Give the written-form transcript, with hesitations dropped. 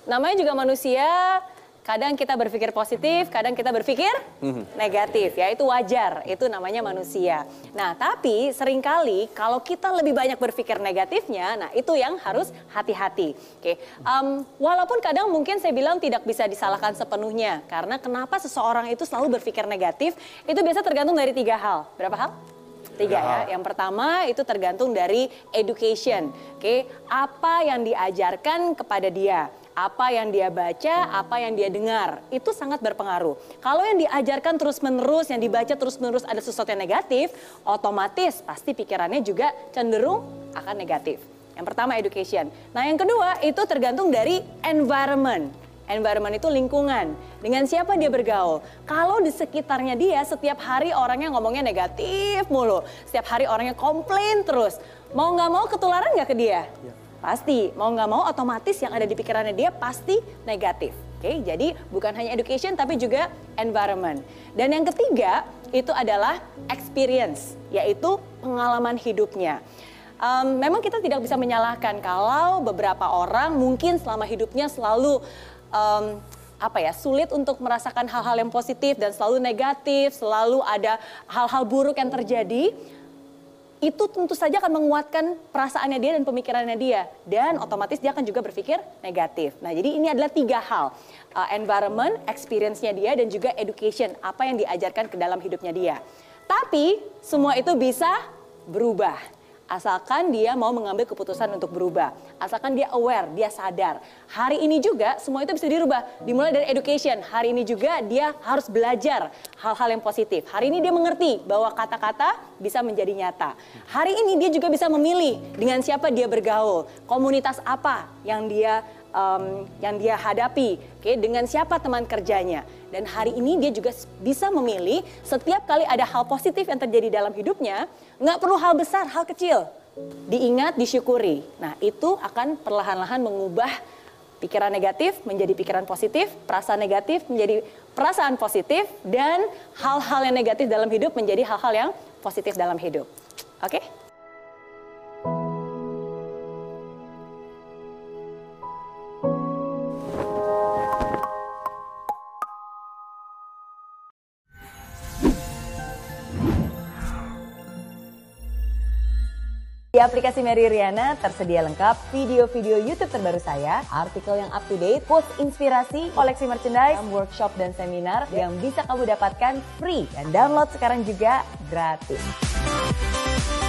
namanya juga manusia, kadang kita berpikir positif, kadang kita berpikir negatif, ya itu wajar, itu namanya manusia. Nah tapi seringkali kalau kita lebih banyak berpikir negatifnya, nah itu yang harus hati-hati. Oke, walaupun kadang mungkin saya bilang tidak bisa disalahkan sepenuhnya, karena kenapa seseorang itu selalu berpikir negatif, itu biasa tergantung dari 3 hal. Berapa hal? 3 ya. Yang pertama itu tergantung dari education. Oke, apa yang diajarkan kepada dia, apa yang dia baca, apa yang dia dengar, itu sangat berpengaruh. Kalau yang diajarkan terus-menerus, yang dibaca terus-menerus ada sesuatu yang negatif, otomatis pasti pikirannya juga cenderung akan negatif. Yang pertama education. Nah yang kedua itu tergantung dari environment. Environment itu lingkungan. Dengan siapa dia bergaul. Kalau di sekitarnya dia setiap hari orangnya ngomongnya negatif mulu. Setiap hari orangnya komplain terus. Mau nggak mau ketularan nggak ke dia? Ya. Pasti. Mau nggak mau otomatis yang ada di pikirannya dia pasti negatif. Oke, jadi bukan hanya education tapi juga environment. Dan yang ketiga itu adalah experience. Yaitu pengalaman hidupnya. Memang kita tidak bisa menyalahkan kalau beberapa orang mungkin selama hidupnya selalu sulit untuk merasakan hal-hal yang positif dan selalu negatif, selalu ada hal-hal buruk yang terjadi. Itu tentu saja akan menguatkan perasaannya dia dan pemikirannya dia. Dan otomatis dia akan juga berpikir negatif. Nah jadi ini adalah 3 hal. Environment, experience-nya dia dan juga education. Apa yang diajarkan ke dalam hidupnya dia. Tapi semua itu bisa berubah. Asalkan dia mau mengambil keputusan untuk berubah. Asalkan dia aware, dia sadar. Hari ini juga semua itu bisa dirubah. Dimulai dari education. Hari ini juga dia harus belajar hal-hal yang positif. Hari ini dia mengerti bahwa kata-kata bisa menjadi nyata. Hari ini dia juga bisa memilih dengan siapa dia bergaul. Komunitas apa yang dia hadapi. Oke, dengan siapa teman kerjanya. Dan hari ini dia juga bisa memilih setiap kali ada hal positif yang terjadi dalam hidupnya, nggak perlu hal besar, hal kecil. Diingat, disyukuri. Nah itu akan perlahan-lahan mengubah pikiran negatif menjadi pikiran positif, perasaan negatif menjadi perasaan positif, dan hal-hal yang negatif dalam hidup menjadi hal-hal yang positif dalam hidup. Oke? Di aplikasi Mary Riana tersedia lengkap video-video YouTube terbaru saya, artikel yang up to date, quotes inspirasi, koleksi merchandise, workshop dan seminar yang bisa kamu dapatkan free dan download sekarang juga gratis.